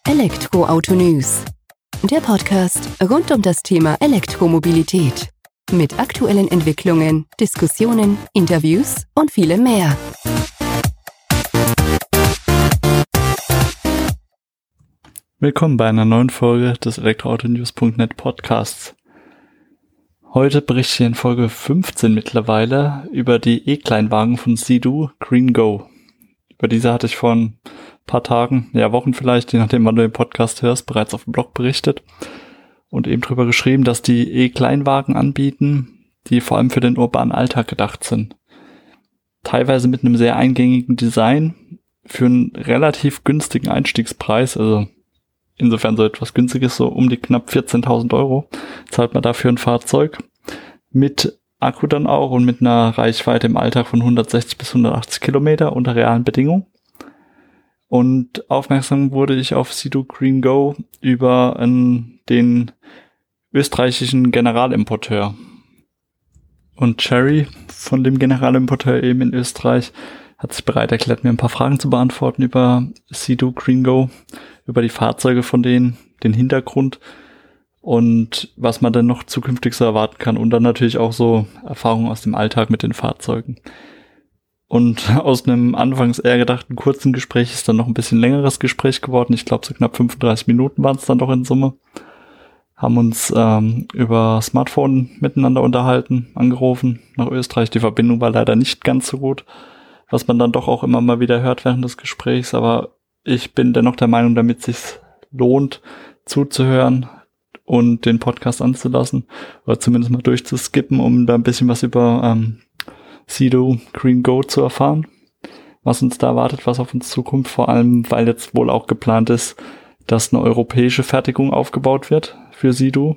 Elektroauto News, der Podcast rund um das Thema Elektromobilität. Mit aktuellen Entwicklungen, Diskussionen, Interviews und vielem mehr. Willkommen bei einer neuen Folge des Elektroautonews.net Podcasts. Heute berichte ich in Folge 15 mittlerweile über die E-Kleinwagen von Sea-Doo Green Go. Über diese hatte ich vor ein paar Tagen, Wochen vielleicht, je nachdem wann du den Podcast hörst, bereits auf dem Blog berichtet und eben drüber geschrieben, dass die E-Kleinwagen anbieten, die vor allem für den urbanen Alltag gedacht sind. Teilweise mit einem sehr eingängigen Design für einen relativ günstigen Einstiegspreis, also insofern so etwas Günstiges, so um die knapp 14.000 Euro, zahlt man dafür ein Fahrzeug mit Akku dann auch und mit einer Reichweite im Alltag von 160 bis 180 Kilometer unter realen Bedingungen. Und aufmerksam wurde ich auf Sea-Doo Green Go über den österreichischen Generalimporteur. Und Cherry von dem Generalimporteur eben in Österreich hat sich bereit erklärt, mir ein paar Fragen zu beantworten über Sea-Doo Green Go, über die Fahrzeuge von denen, den Hintergrund und was man dann noch zukünftig so erwarten kann und dann natürlich auch so Erfahrungen aus dem Alltag mit den Fahrzeugen. Und aus einem anfangs eher gedachten kurzen Gespräch ist dann noch ein bisschen längeres Gespräch geworden. Ich glaube, so knapp 35 Minuten waren es dann doch in Summe. Haben uns über Smartphone miteinander unterhalten, angerufen nach Österreich. Die Verbindung war leider nicht ganz so gut, was man dann doch auch immer mal wieder hört während des Gesprächs. Aber ich bin dennoch der Meinung, damit es sich lohnt, zuzuhören und den Podcast anzulassen oder zumindest mal durchzuskippen, um da ein bisschen was über Sea-Doo Green Go zu erfahren, was uns da erwartet, was auf uns zukommt, vor allem, weil jetzt wohl auch geplant ist, dass eine europäische Fertigung aufgebaut wird für Sea-Doo,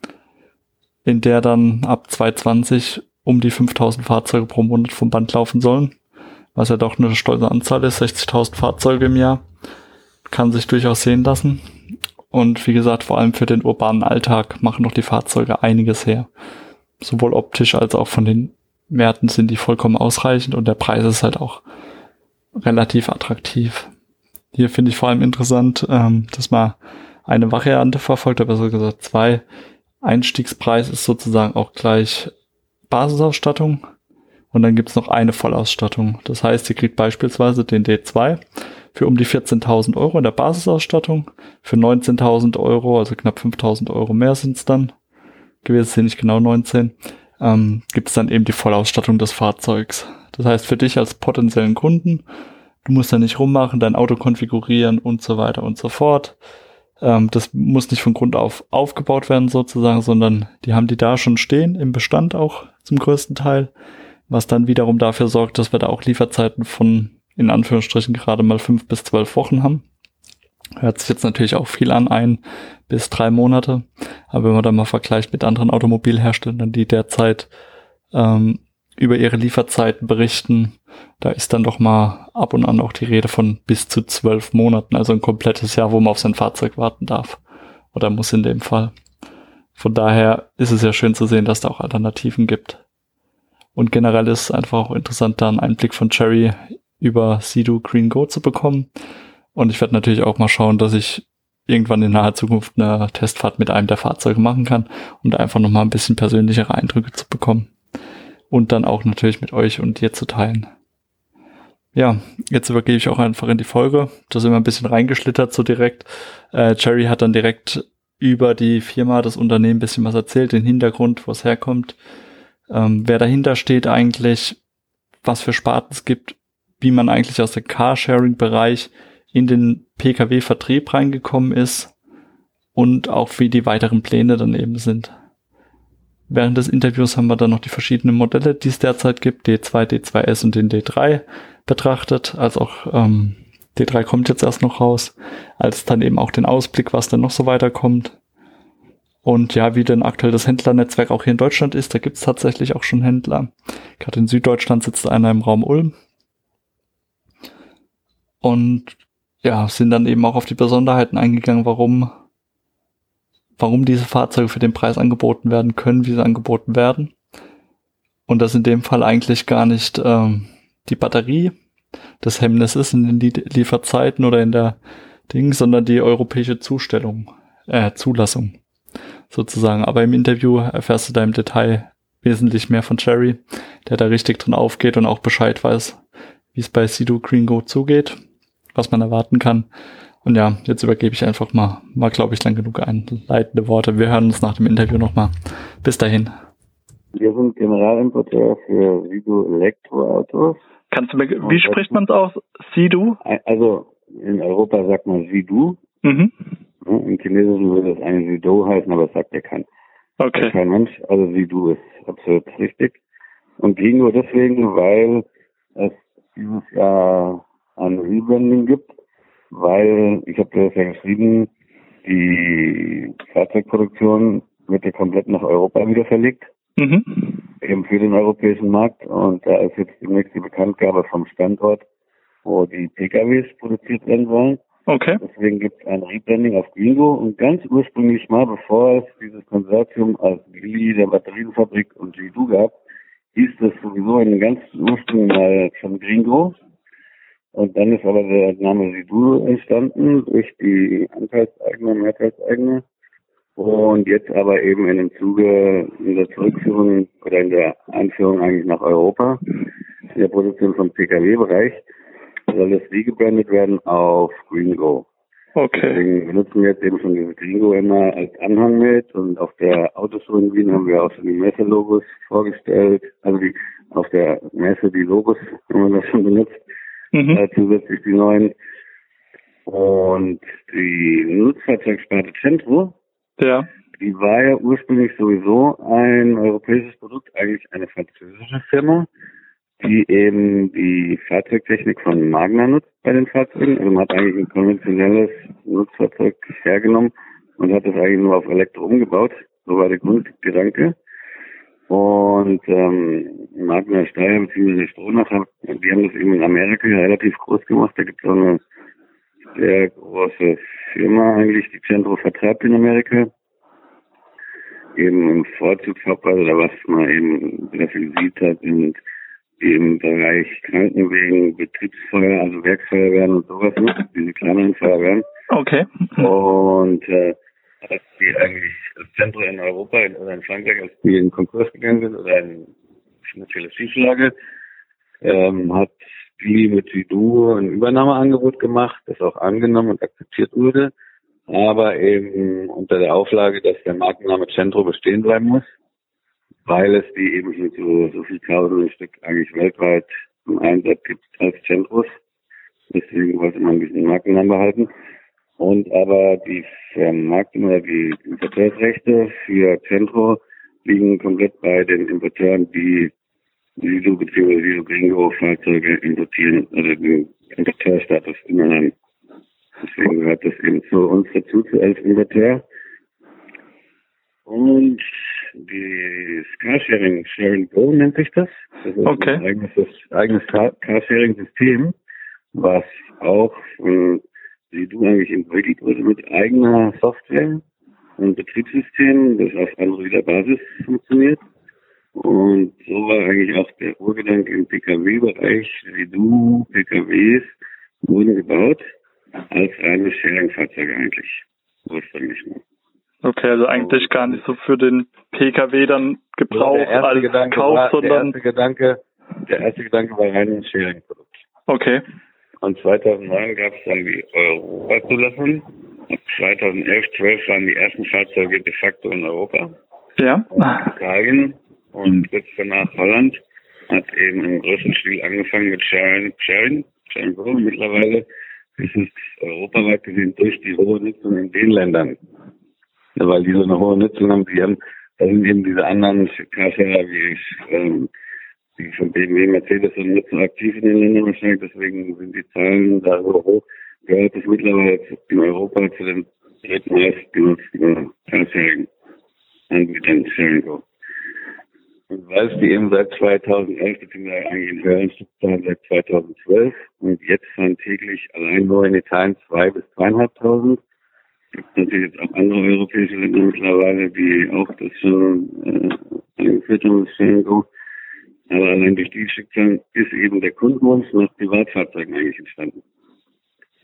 in der dann ab 2020 um die 5.000 Fahrzeuge pro Monat vom Band laufen sollen, was ja doch eine stolze Anzahl ist, 60.000 Fahrzeuge im Jahr, kann sich durchaus sehen lassen. Und wie gesagt, vor allem für den urbanen Alltag machen noch die Fahrzeuge einiges her. Sowohl optisch als auch von den Werten sind die vollkommen ausreichend und der Preis ist halt auch relativ attraktiv. Hier finde ich vor allem interessant, dass man eine Variante verfolgt, aber so gesagt 2. Einstiegspreis ist sozusagen auch gleich Basisausstattung und dann gibt es noch eine Vollausstattung. Das heißt, ihr kriegt beispielsweise den D2 für um die 14.000 Euro in der Basisausstattung, für 19.000 Euro, also knapp 5.000 Euro mehr sind es dann gewesen, sind nicht genau 19, gibt es dann eben die Vollausstattung des Fahrzeugs. Das heißt, für dich als potenziellen Kunden, du musst da nicht rummachen, dein Auto konfigurieren und so weiter und so fort. Das muss nicht von Grund auf aufgebaut werden sozusagen, sondern die haben die da schon stehen, im Bestand auch zum größten Teil, was dann wiederum dafür sorgt, dass wir da auch Lieferzeiten von, in Anführungsstrichen, gerade mal 5 bis 12 Wochen haben. Hört sich jetzt natürlich auch viel an, 1 bis 3 Monate. Aber wenn man da mal vergleicht mit anderen Automobilherstellern, die derzeit über ihre Lieferzeiten berichten, da ist dann doch mal ab und an auch die Rede von bis zu 12 Monaten, also ein komplettes Jahr, wo man auf sein Fahrzeug warten darf. Oder muss in dem Fall. Von daher ist es ja schön zu sehen, dass da auch Alternativen gibt. Und generell ist es einfach auch interessant, da einen Einblick von Cherry über Sea-Doo Green Go zu bekommen. Und ich werde natürlich auch mal schauen, dass ich irgendwann in naher Zukunft eine Testfahrt mit einem der Fahrzeuge machen kann, um da einfach nochmal ein bisschen persönlichere Eindrücke zu bekommen. Und dann auch natürlich mit euch und dir zu teilen. Ja, jetzt übergebe ich auch einfach in die Folge. Da sind wir ein bisschen reingeschlittert so direkt. Cherry hat dann direkt über die Firma, das Unternehmen ein bisschen was erzählt, den Hintergrund, wo es herkommt, wer dahinter steht eigentlich, was für Sparten es gibt, wie man eigentlich aus dem Carsharing-Bereich in den Pkw-Vertrieb reingekommen ist und auch wie die weiteren Pläne dann eben sind. Während des Interviews haben wir dann noch die verschiedenen Modelle, die es derzeit gibt, D2, D2S und den D3 betrachtet, als auch D3 kommt jetzt erst noch raus, als dann eben auch den Ausblick, was dann noch so weiterkommt. Und ja, wie denn aktuell das Händlernetzwerk auch hier in Deutschland ist, da gibt es tatsächlich auch schon Händler. Gerade in Süddeutschland sitzt einer im Raum Ulm. Und ja, sind dann eben auch auf die Besonderheiten eingegangen, warum diese Fahrzeuge für den Preis angeboten werden können, wie sie angeboten werden. Und das in dem Fall eigentlich gar nicht die Batterie das Hemmnis ist in den Lieferzeiten oder in der Ding, sondern die europäische Zulassung sozusagen. Aber im Interview erfährst du da im Detail wesentlich mehr von Jerry, der da richtig drin aufgeht und auch Bescheid weiß, wie es bei Sea-Doo GreenGo zugeht, was man erwarten kann. Und ja, jetzt übergebe ich einfach mal glaube ich, lang genug einleitende Worte. Wir hören uns nach dem Interview nochmal. Bis dahin. Wir sind Generalimporteur für Sea-Doo Elektroautos. Kannst du mir, wie spricht man es aus? Sea-Doo? Also in Europa sagt man Sea-Doo. Mhm. Im Chinesischen würde es eigentlich Sea-Doo heißen, aber das sagt ja kein Mensch. Also Sea-Doo ist absolut richtig. Und GreenGo deswegen, weil es dieses Jahr ein Rebranding gibt, weil, ich habe das ja geschrieben, die Fahrzeugproduktion wird ja komplett nach Europa wieder verlegt. Mhm. Eben für den europäischen Markt. Und da ist jetzt demnächst die Bekanntgabe vom Standort, wo die PKWs produziert werden sollen. Okay. Deswegen gibt es ein Rebranding auf GreenGo. Und ganz ursprünglich mal, bevor es dieses Konsortium als Geely, der Batterienfabrik und Sea-Doo gab, hieß das sowieso in ganz ursprünglich mal von GreenGo. Und dann ist aber der Name Sea-Doo entstanden durch die Anteilseigner, Mehrteilseigner. Und jetzt aber eben in dem Zuge in der Zurückführung oder in der Einführung eigentlich nach Europa, in der Produktion vom Pkw-Bereich, soll das regebrandet werden auf GreenGo. Okay. Deswegen benutzen wir jetzt eben schon dieses GreenGo immer als Anhang mit. Und auf der Autoshow in Wien haben wir auch schon die Messe-Logos vorgestellt. Also auf der Messe die Logos haben wir das schon benutzt. Zusätzlich die neuen. Und die Nutzfahrzeugsparte Centro, die war ja ursprünglich sowieso ein europäisches Produkt, eigentlich eine französische Firma, die eben die Fahrzeugtechnik von Magna nutzt bei den Fahrzeugen. Also man hat eigentlich ein konventionelles Nutzfahrzeug hergenommen und hat das eigentlich nur auf Elektro umgebaut. So war der Grundgedanke. Und Magna Steyr bzw. Stronach, die haben das eben in Amerika relativ groß gemacht. Da gibt es auch eine sehr große Firma eigentlich, die Centro vertreibt in Amerika. Eben im Vorzugshauptpreis oder was man eben sehr viel sieht hat im Bereich Krankenwegen, Betriebsfeuer, also Werksfeuerwehren und sowas, ne? Diese kleineren Feuerwehren. Okay. Und dass die eigentlich das Zentrum in Europa oder in Frankreich, als die in Konkurs gegangen sind oder in finanzielle Schieflage, hat die mit Sea-Doo ein Übernahmeangebot gemacht, das auch angenommen und akzeptiert wurde, aber eben unter der Auflage, dass der Markenname Centro bestehen bleiben muss, weil es die eben schon so viel tausende Stück eigentlich weltweit im Einsatz gibt als Centros. Deswegen wollte man diesen Markennamen behalten. Und aber die Vermarktung oder die Importeurrechte für Centro liegen komplett bei den Importeuren, die Sea-Doo bzw. Sea-Doo GreenGo Fahrzeuge importieren, also den Importeurstatus immer haben. Deswegen gehört das eben zu uns dazu, als Importeur. Und das Carsharing Go nennt sich das. Das ist ein eigenes Carsharing-System, was auch von Sea-Doo eigentlich entwickelt wurde mit eigener Software und Betriebssystem, das auf Android-Basis funktioniert. Und so war eigentlich auch der Urgedanke im Pkw-Bereich. Sea-Doo PKWs wurden gebaut als reine Sharing-Fahrzeuge eigentlich. Ursprünglich nur. Okay, also eigentlich gar nicht so für den PKW dann Gebrauch als Kauf, sondern... Der erste Gedanke war rein ein Sharing-Produkt. Okay. Und 2009 gab es dann die Europa-Zulassung. Und 2011, 12 waren die ersten Fahrzeuge de facto in Europa. Ja. Und Italien und jetzt danach Holland hat eben im größten Stil angefangen mit Sharing Go. Mittlerweile ist es europaweit gesehen durch die hohe Nutzung in den Ländern. Ja, weil die so eine hohe Nutzung haben, da sind eben diese anderen Carsharer wie die von BMW, Mercedes und nicht so aktiv in den Ländern wahrscheinlich, deswegen sind die Zahlen da so hoch. Gehört es mittlerweile in Europa zu den drittmeist genutzten Carsharing-Anbietern Sharing Go. Und weil es die eben seit 2011, beziehungsweise eigentlich in höheren Stückzahlen seit 2012 und jetzt fahren täglich allein nur in Italien 2.000 bis 2.500. Es gibt natürlich jetzt auch andere europäische Länder mittlerweile, die auch das schon eingeführt haben, das Sharing Go. Aber allein durch die Stückzahlen ist eben der Kundenwunsch nach Privatfahrzeugen eigentlich entstanden.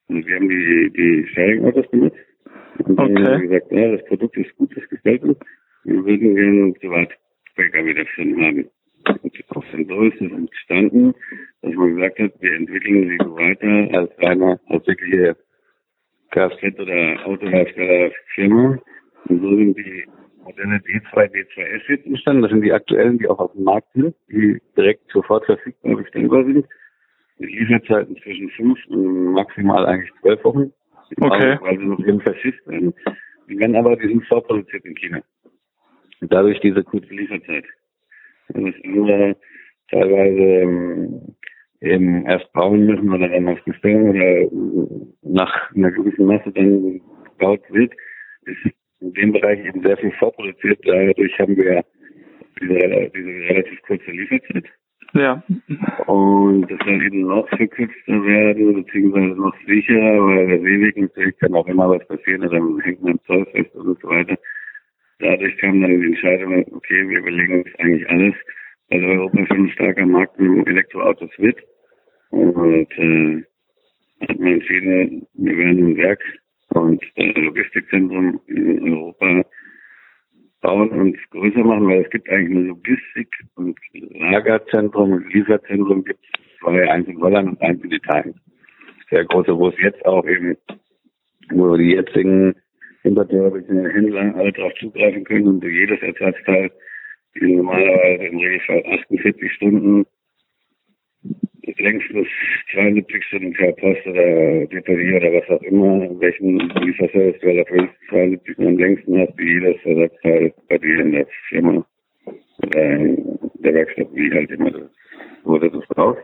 Und wir haben die Sharing-Autos benutzt. Und dann haben wir gesagt, ja, das Produkt ist gut, das gefällt uns. Wir würden gerne Privat-Pkw davon haben. Und so ist es entstanden, dass man gesagt hat, wir entwickeln sie so weiter als wirkliche Kfz- oder Autoherstellerfirma. Und so sind die Modelle D2, D2S jetzt entstanden. Das sind die aktuellen, die auch auf dem Markt sind, die direkt sofort verfügbar bestellbar sind. Mit Lieferzeiten zwischen 5 und maximal eigentlich 12 Wochen. Okay. Weil sie noch eben verschifft werden. Die sind vorproduziert in China. Und dadurch diese kurze Lieferzeit. Das andere teilweise eben erst bauen müssen oder dann was bestellen oder nach einer gewissen Masse dann gebaut wird, ist in dem Bereich eben sehr viel vorproduziert. Dadurch haben wir diese relativ kurze Lieferzeit. Ja. Und das soll eben noch verkürzter werden, beziehungsweise noch sicherer, weil der Seeweg natürlich kann auch immer was passieren, dann hängt man im Zoll fest und so weiter. Dadurch kam dann die Entscheidung, okay, wir überlegen uns eigentlich alles, weil Europa schon ein starker Markt für Elektroautos wird. Und hat man entschieden, wir werden ein Werk und ein Logistikzentrum in Europa bauen und größer machen, weil es gibt eigentlich ein Logistik- und Lagerzentrum und Lieferzentrum gibt es zwei, eins in Holland und eins in Italien. Sehr große, wo es jetzt auch eben, wo die jetzigen Importeure bzw. Händler alle darauf zugreifen können und jedes Ersatzteil, die normalerweise im Regelfall 48 Stunden, längstens 72 Stunden per Post oder Depotierer oder was auch immer, welchen Lieferservice du dafür 72 am längsten hast, wie jedes Ersatzteil bei dir in der Firma oder in der Werkstatt, wie halt immer wo du das brauchst.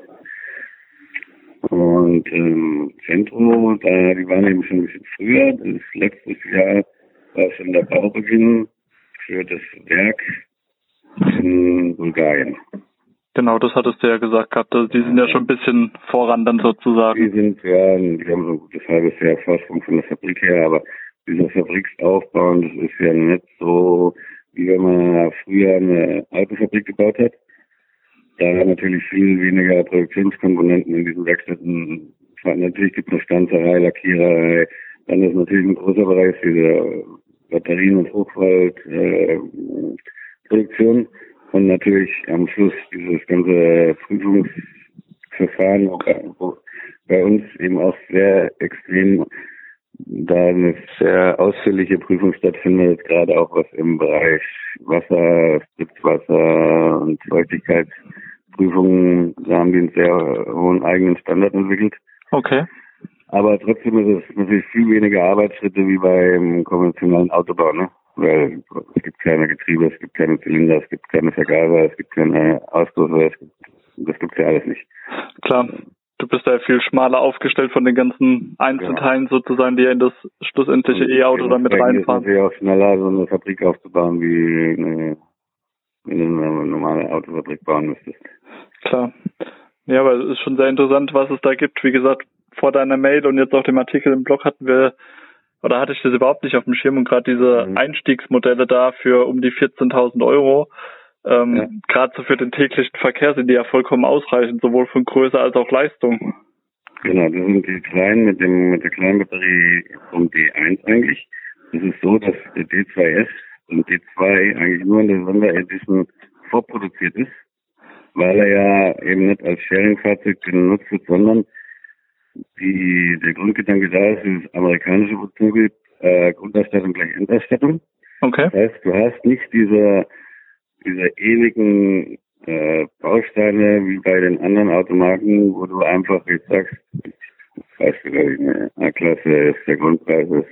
Und Zentrum, die waren eben schon ein bisschen früher. Das letztes Jahr war schon der Baubeginn für das Werk in Bulgarien. Genau, das hattest du ja gesagt gehabt. Also die sind ja schon ein bisschen voran dann sozusagen. Die haben so ein gutes halbes Jahr Vorsprung von der Fabrik her, aber dieser Fabriksaufbau, das ist ja nicht so, wie wenn man früher eine Autofabrik gebaut hat. Da waren natürlich viel weniger Produktionskomponenten in diesen Werkstätten. Natürlich gibt es eine Stanzerei, Lackiererei. Dann ist natürlich ein großer Bereich diese Batterien- und Hochvoltproduktion. Und natürlich am Schluss dieses ganze Prüfungsverfahren, wo bei uns eben auch sehr extrem da eine sehr ausführliche Prüfung stattfindet, gerade auch was im Bereich Wasser, Spritzwasser und Feuchtigkeitsprüfungen, da haben die einen sehr hohen eigenen Standard entwickelt. Okay. Aber trotzdem ist es natürlich viel weniger Arbeitsschritte wie beim konventionellen Autobau, ne? Weil es gibt keine Getriebe, es gibt keine Zylinder, es gibt keine Vergaser, es gibt keine Ausstoßer, das gibt's ja alles nicht. Klar. Du bist ja viel schmaler aufgestellt von den ganzen Einzelteilen sozusagen, die ja in das schlussendliche E-Auto dann mit reinfahren. Es ist natürlich auch schneller, so eine Fabrik aufzubauen, wie eine normale Autofabrik bauen müsstest. Klar. Ja, aber es ist schon sehr interessant, was es da gibt. Wie gesagt, vor deiner Mail und jetzt auch dem Artikel im Blog hatte ich das überhaupt nicht auf dem Schirm und gerade diese Einstiegsmodelle da für um die 14.000 €. Gerade so für den täglichen Verkehr sind die ja vollkommen ausreichend, sowohl von Größe als auch Leistung. Genau, das sind die kleinen mit der kleinen Batterie vom D1 eigentlich. Es ist so, dass der D2S und D2 eigentlich nur in der Sonderedition vorproduziert ist, weil er ja eben nicht als Sharing-Fahrzeug genutzt wird, sondern der Grundgedanke da ist, das amerikanische Prinzip, Grundausstattung gleich Endausstattung. Okay. Das heißt, du hast nicht diese ewigen Bausteine wie bei den anderen Automarken, wo du einfach jetzt sagst, Beispiel eine A-Klasse ist der Grundpreis ist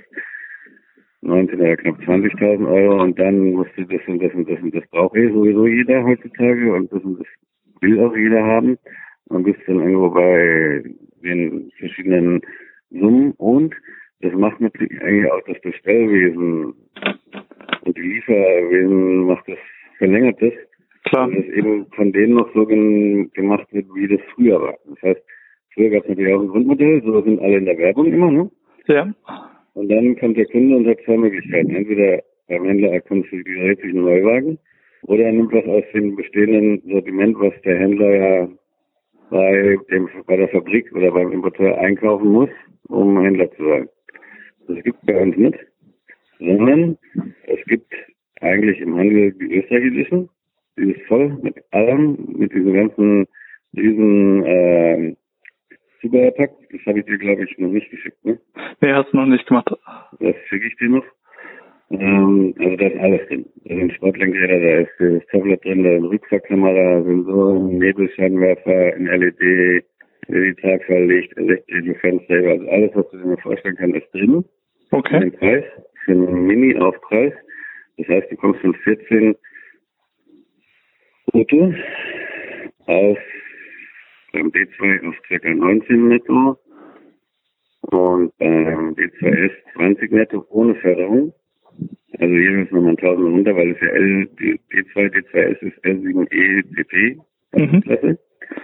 19 oder knapp 20.000 € und dann musst du das und das und das und das braucht sowieso jeder heutzutage und das will auch jeder haben und bist dann irgendwo bei den verschiedenen Summen und das macht natürlich eigentlich auch das Bestellwesen und die Lieferwesen verlängert das. Klar. Und es eben von denen noch so gemacht wird, wie das früher war. Das heißt, früher gab es natürlich auch ein Grundmodell, so sind alle in der Werbung immer, ne? Ja. Und dann kommt der Kunde und hat zwei Möglichkeiten. Entweder beim Händler konfiguriert sich einen Neuwagen oder er nimmt was aus dem bestehenden Sortiment, was der Händler ja bei der Fabrik oder beim Importeur einkaufen muss um Händler zu sein. Das gibt es bei uns nicht, sondern es gibt eigentlich im Handel die Österreich Edition, die ist voll mit allem, mit diesen ganzen riesen Zubehörpack. Das habe ich dir, glaube ich, noch nicht geschickt, ne? Nee, hast du noch nicht gemacht. Das schicke ich dir noch. Also da ist alles drin. Da sind Sportlenkräder, da ist das Tablet drin, da ist Rückfahrkamera, Sensoren, Nebelscheinwerfer in LED, die Tragfalllicht, elektrische Fenster, also alles, was du dir mal vorstellen kannst, ist drin. Okay. Den Preis, für einen Mini-Aufpreis. Das heißt, du kommst von 14 brutto auf beim D2 auf ca. 19 netto und beim D2S 20 netto ohne Förderung. Also hier ist nochmal 1000 runter, weil es ja D2S ist L7E CP Klasse.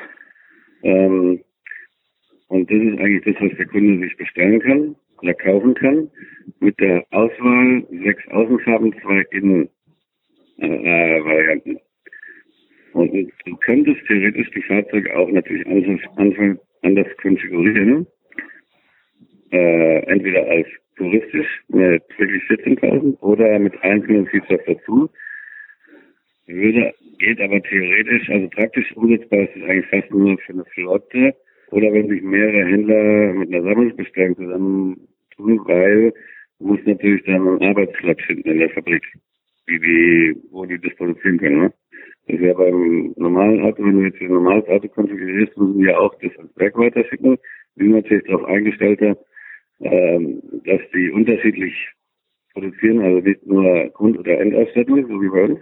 Und das ist eigentlich das, was der Kunde sich bestellen kann oder kaufen kann. Mit der Auswahl 6 Außenfarben, 2 Innenvarianten. Und du könntest theoretisch die Fahrzeuge auch natürlich anders konfigurieren. Entweder als touristisch mit wirklich 14.000 oder mit einzelnen Features dazu. Geht aber theoretisch, also praktisch umsetzbar ist es eigentlich fast nur für eine Flotte oder wenn sich mehrere Händler mit einer Sammlungsbestellung zusammen tun, weil du musst natürlich dann einen Arbeitsplatz finden in der Fabrik, wo die das produzieren können. Ne? Das ist ja beim normalen Auto, wenn du jetzt ein normales Auto konfigurierst, müssen die ja auch das ans Werk weiterschicken. Die sind natürlich darauf eingestellt, dass die unterschiedlich produzieren, also nicht nur Grund- oder Endausstattung, so wie bei uns.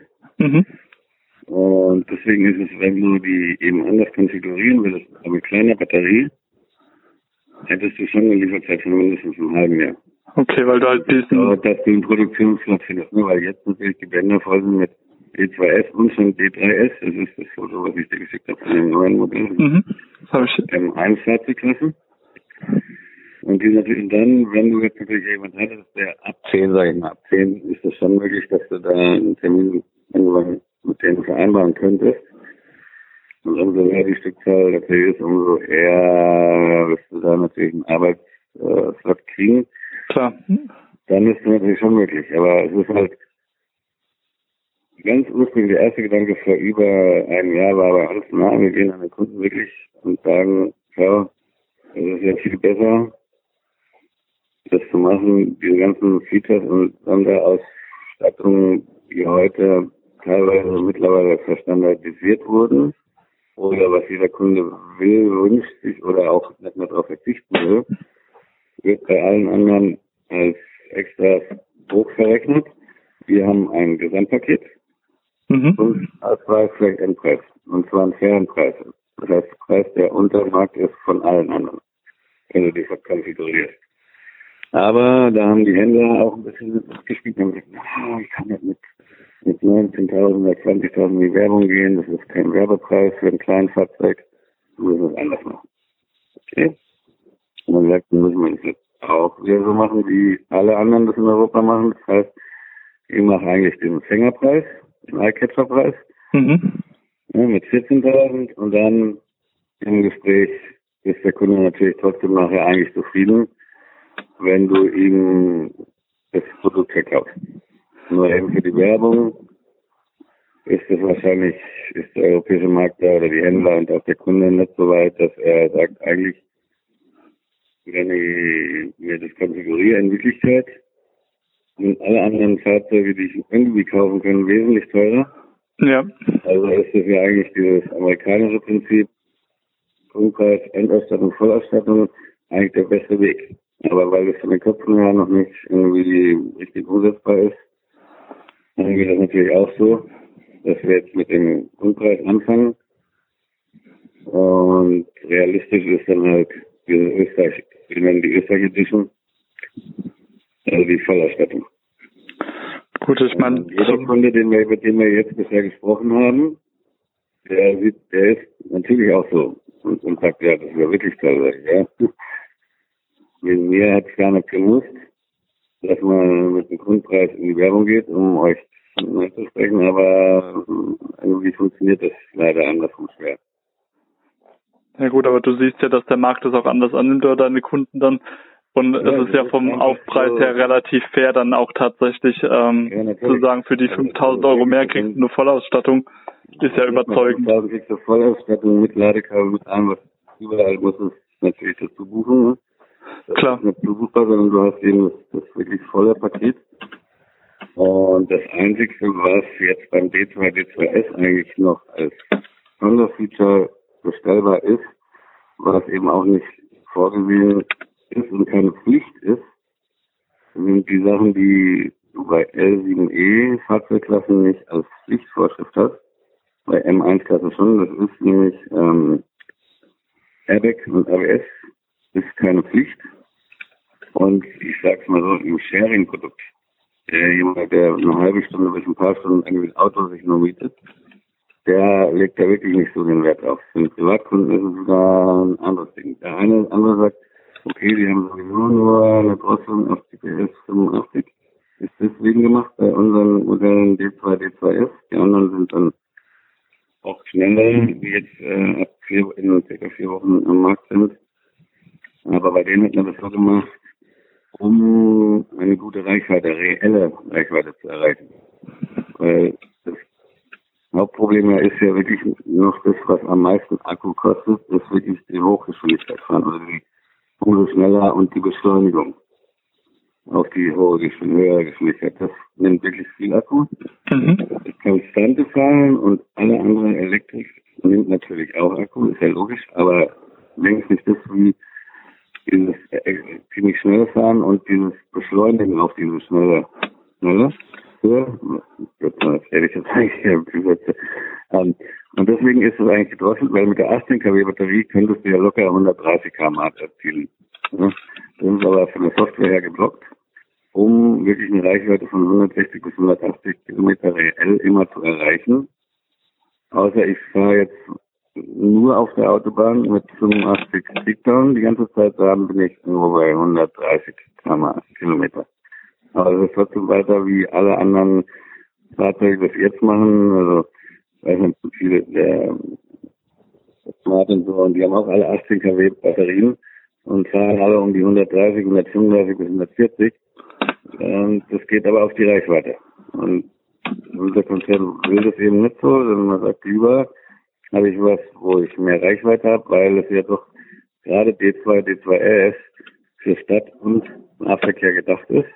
Und deswegen ist es, wenn du die eben anders konfigurieren würdest, aber mit kleiner Batterie, hättest du schon eine Lieferzeit von mindestens einem halben Jahr. Okay, weil du halt dass du einen Produktionsslot findest, ne? Weil jetzt natürlich die Bänder voll sind mit D2S und schon D3S, das ist das Foto, was ich dir geschickt habe von dem neuen Modell. Das habe ich. M1-Fahrzeugklasse. Und die natürlich dann, wenn du jetzt natürlich jemanden hättest, der ab 10, sage ich mal, ab 10 ist es schon möglich, dass du da einen Termin irgendwann mit denen vereinbaren könntest. Und umso mehr die Stückzahl natürlich ist, umso eher wirst du da natürlich einen Arbeitsslot kriegen. Klar. Dann ist es natürlich schon möglich. Aber es ist halt ganz ursprünglich der erste Gedanke vor über einem Jahr war bei uns, wir gehen an den Kunden wirklich und sagen, schau, es ist ja viel besser, das zu machen, diese ganzen Features und Sonderausstattungen, die heute teilweise mittlerweile verstandardisiert wurden oder was jeder Kunde will, wünscht sich oder auch nicht mehr darauf verzichten will, wird bei allen anderen als extra hoch verrechnet. Wir haben ein Gesamtpaket und als Preis vielleicht Endpreis. Und zwar einen fairen Preis. Das heißt, der Preis, der unter dem Markt ist von allen anderen, wenn du dich konfigurierst. Aber da haben die Händler auch ein bisschen mitgespielt und gesagt, ich kann nicht mit 19.000 oder 20.000 in die Werbung gehen, das ist kein Werbepreis für ein kleines Fahrzeug, wir müssen es anders machen. Okay? Und dann sagt, dann müssen wir das jetzt auch wieder so machen, wie alle anderen das in Europa machen. Das heißt, ich mache eigentlich den Fängerpreis, den Eyecatcher-Preis, mit 14.000 und dann im Gespräch ist der Kunde natürlich trotzdem nachher eigentlich zufrieden, wenn du ihm das Produkt verkaufst. Nur eben für die Werbung ist der europäische Markt da oder die Händler und auch der Kunde nicht so weit, dass er sagt, eigentlich, wenn ich mir das konfiguriere in Wirklichkeit, sind alle anderen Fahrzeuge, die ich irgendwie kaufen kann, wesentlich teurer. Ja. Also ist es ja eigentlich dieses amerikanische Prinzip, Grundpreis, Endausstattung, Vollausstattung, eigentlich der beste Weg. Aber weil es von den Köpfen her noch nicht irgendwie richtig umsetzbar ist, machen wir das natürlich auch so, dass wir jetzt mit dem Grundpreis anfangen. Und realistisch ist dann halt diese Österreich, wir nennen die Österreich Edition, also die Vollausstattung. Gut, ich meine, jeder Kunde, mit dem wir jetzt bisher gesprochen haben, der ist natürlich auch so und sagt, ja, das ist ja wirklich toll, ja. Mir hat es gar nicht gemusst, dass man mit dem Grundpreis in die Werbung geht, um euch zu sprechen, aber irgendwie funktioniert das leider andersrum schwer. Ja gut, aber du siehst ja, dass der Markt das auch anders annimmt oder deine Kunden dann Und es ist ja vom Aufpreis her relativ fair, dann auch tatsächlich zu sagen, für die 5.000 Euro mehr kriegst du eine Vollausstattung, ist ja überzeugend. 5.000 kriegst du Vollausstattung mit Ladekabel, mit allem, was überall muss es natürlich dazu buchen. Ne? Klar. Ist nicht zu buchbar, sondern du hast eben das wirklich volle Paket. Und das Einzige, was jetzt beim D2, D2S eigentlich noch als Sonderfeature bestellbar ist, was eben auch nicht vorgesehen ist und keine Pflicht ist, sind die Sachen, die du bei L7E Fahrzeugklassen nicht als Pflichtvorschrift hast. Bei M1-Klassen schon. Das ist nämlich Airbag und ABS ist keine Pflicht. Und ich sag's mal so, im Sharing-Produkt, jemand, der eine halbe Stunde bis ein paar Stunden irgendwie das Auto sich nur mietet, der legt da wirklich nicht so den Wert auf. Für den Privatkunden ist es sogar ein anderes Ding. Der andere sagt, okay, die haben sowieso nur eine Drosselung auf GPS 85. Ist deswegen gemacht bei unseren Modellen D2, D2S. Die anderen sind dann auch schneller, die jetzt in ca. 4 Wochen am Markt sind. Aber bei denen hat man das so gemacht, um eine gute Reichweite, reelle Reichweite zu erreichen. Weil das Hauptproblem ist ja wirklich noch das, was am meisten Akku kostet, ist wirklich die Hochgeschwindigkeit fahren, also die umso schneller und die Beschleunigung auf die höhere Geschwindigkeit. Das nimmt wirklich viel Akku. Konstante fahren und alle anderen Elektrik nimmt natürlich auch Akku, ist ja logisch, aber längst nicht das wie dieses ziemlich schnell fahren und dieses Beschleunigen auf diese schneller. Und deswegen ist es eigentlich gedrosselt, weil mit der 18 kW Batterie könntest du ja locker 130 km/h erzielen. Das ist aber von der Software her geblockt, um wirklich eine Reichweite von 160 bis 180 Kilometer reell immer zu erreichen. Außer ich fahre jetzt nur auf der Autobahn mit 85 Speeddown die ganze Zeit, dann bin ich irgendwo bei 130 Kilometer. Aber das ist trotzdem weiter wie alle anderen Fahrzeuge das jetzt machen. Also, weiß nicht, viele der Smart und so, und die haben auch alle 18 kW Batterien und fahren alle um die 130, 135 bis 140. Das geht aber auf die Reichweite. Und unser Konzern will das eben nicht so, sondern man sagt lieber, habe ich was, wo ich mehr Reichweite habe, weil es ja doch gerade D2, D2S für Stadt- und Nahverkehr gedacht ist.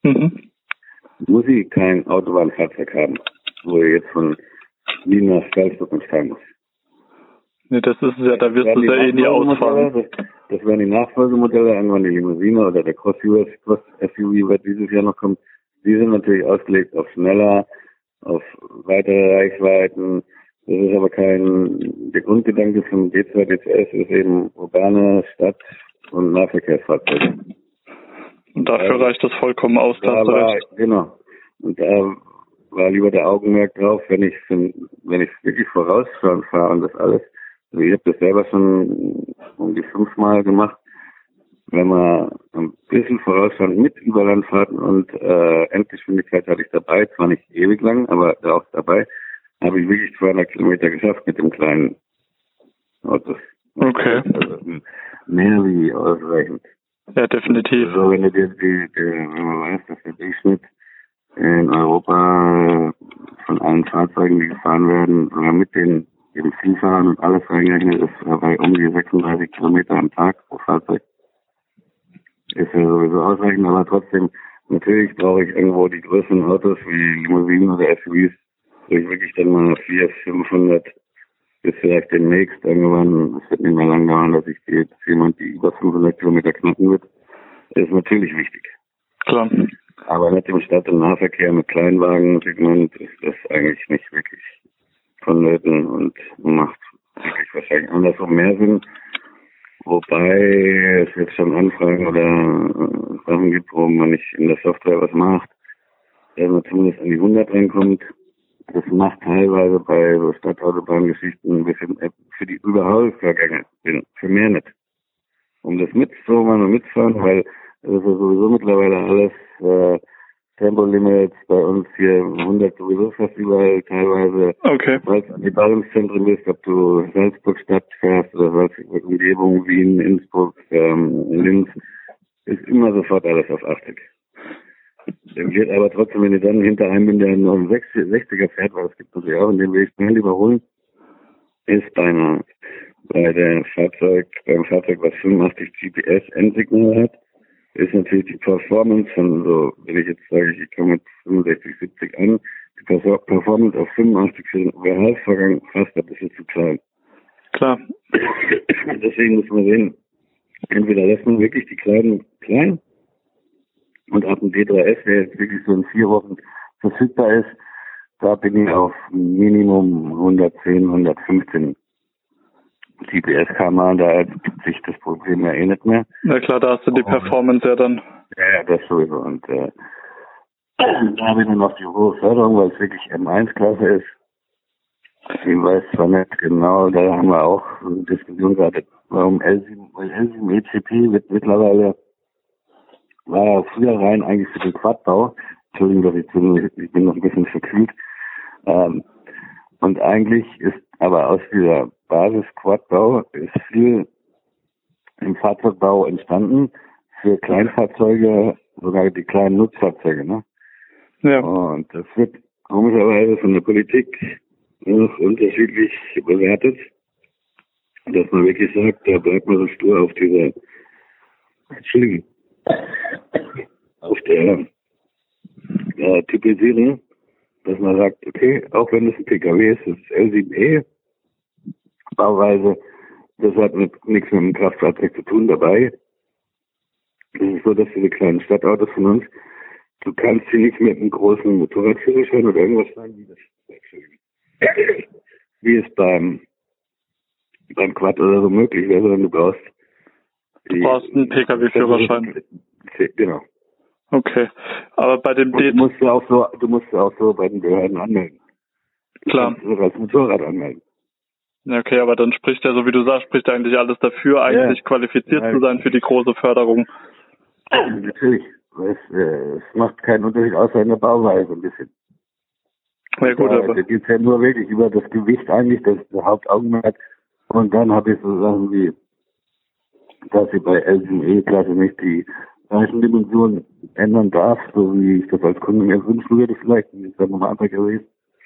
Muss ich kein Autobahnfahrzeug haben, wo ich jetzt von Wien nach Salzburg fahren muss. Nee, das ist ja, da wirst du ja eh nie ausfahren. Das wären die Nachfolgemodelle, irgendwann die Limousine oder der Cross-SUV wird dieses Jahr noch kommen. Die sind natürlich ausgelegt auf schneller, auf weitere Reichweiten. Das ist aber der Grundgedanke von D2, D2S ist eben urbane Stadt- und Nahverkehrsfahrzeuge. Und dafür reicht das vollkommen aus, da hast du recht. Genau. Und da war lieber der Augenmerk drauf, wenn ich wirklich vorausschauend fahre und das alles. Also ich habe das selber schon um die 5-mal gemacht. Wenn man ein bisschen vorausschauend mit Überlandfahrten und Endgeschwindigkeit hatte ich dabei, zwar nicht ewig lang, aber auch dabei, habe ich wirklich 200 Kilometer geschafft mit dem kleinen Auto. Okay. Also mehr wie ausreichend. Ja, definitiv. Also wenn man weiß, dass der Durchschnitt in Europa von allen Fahrzeugen, die gefahren werden, sogar mit den Vielfahren und alles reingerechnet, ist bei um die 36 Kilometer am Tag pro Fahrzeug. Ist ja sowieso ausreichend, aber trotzdem, natürlich brauche ich irgendwo die größeren Autos wie Limousinen oder SUVs, wo ich wirklich dann mal 400, 500 bis vielleicht demnächst irgendwann, es wird nicht mehr lang dauern, dass jemand, die über 500 Kilometer knacken wird, ist natürlich wichtig. Klar. Aber mit dem Stadt- und Nahverkehr mit Kleinwagensegment ist das eigentlich nicht wirklich vonnöten und macht wirklich wahrscheinlich andersrum mehr Sinn. Wobei es jetzt schon Anfragen oder Sachen gibt, wo man nicht in der Software was macht, dass man zumindest an die 100 reinkommt. Das macht teilweise bei so Stadtautobahngeschichten ein bisschen für die Überholvorgänge, für mehr nicht. Um das mitzumachen und mitfahren, weil das ist ja sowieso mittlerweile alles Tempolimits bei uns hier 100 sowieso fast überall teilweise. Okay. Weil es an die Ballungszentren bist, ob du Salzburg Stadt fährst oder Salzburg Umgebung, Wien, Innsbruck, Linz, ist immer sofort alles auf 80. Dann wird aber trotzdem, wenn ich dann hinter einem bin, der noch einen 60er fährt, weil es gibt das ja auch, und den will ich schnell überholen, ist beim Fahrzeug, was 85 GPS Endsignal hat, ist natürlich die Performance von so, wenn ich jetzt sage, ich komme mit 65, 70 an, die Performance auf 85 für den Realvorgang fast, das ist zu klein. Klar. Deswegen muss man sehen, entweder lässt man wirklich die Kleinen klein und ab dem D3S, der jetzt wirklich so in 4 Wochen verfügbar ist, da bin ich auf Minimum 110, 115 GPS-Kamera, da gibt sich das Problem ja eh nicht mehr. Na klar, da hast du die Performance ja dann. Ja, das sowieso. Und da habe ich dann noch die hohe Förderung, weil es wirklich M1-Klasse ist. Ich weiß zwar nicht genau, da haben wir auch eine Diskussion gerade, warum L7 ECP wird mittlerweile, war ja früher rein eigentlich für den Quadbau. Entschuldigung, dass ich bin noch ein bisschen verkühlt. Und eigentlich ist aber aus dieser Basis-Quadbau ist viel im Fahrzeugbau entstanden für Kleinfahrzeuge, sogar die kleinen Nutzfahrzeuge, ne? Ja. Und das wird komischerweise von der Politik noch unterschiedlich bewertet, dass man wirklich sagt, da bleibt man so stur auf dieser, auf der Typisierung, dass man sagt, okay, auch wenn es ein PKW ist, das ist L7E, Bauweise, das hat nichts mit dem Kraftfahrzeug zu tun dabei. Es ist so, dass diese kleinen Stadtautos von uns, du kannst sie nicht mit einem großen Motorradführerschein oder irgendwas sagen, wie es beim Quad oder so möglich wäre, sondern du brauchst einen PKW-Führerschein. Genau. Okay. Aber bei dem du musst ja auch so bei den Behörden anmelden. Klar. Du kannst als Motorrad anmelden. Ja, okay, aber dann spricht ja, so wie du sagst, spricht eigentlich alles dafür, eigentlich qualifiziert zu sein für die große Förderung. Natürlich. Es macht keinen Unterschied, außer in der Bauweise ein bisschen. Ja gut, aber da geht es ja nur wirklich über das Gewicht eigentlich, das ist der Hauptaugenmerk. Und dann habe ich so Sachen wie, dass ich bei L7E-Klasse nicht die Reifendimension ändern darf, so wie ich das als Kunde mir wünschen würde vielleicht. Das ist dann nochmal andere gewesen.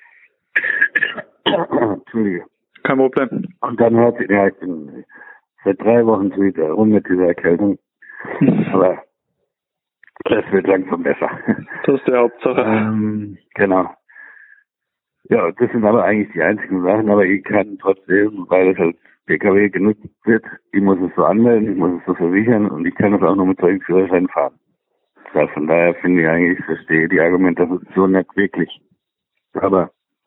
Entschuldige. Kein Problem. Und dann hört sich, ja, ich bin seit 3 Wochen wieder rum mit dieser Erkältung. Aber es wird langsam besser. Das ist die Hauptsache. Genau. Ja, das sind aber eigentlich die einzigen Sachen, aber ich kann trotzdem, weil es als PKW genutzt wird, ich muss es so anmelden, ich muss es so versichern und ich kann es auch nur mit solchen Führerschein fahren. Ja, von daher finde ich eigentlich, ich verstehe die Argumentation nicht wirklich. Aber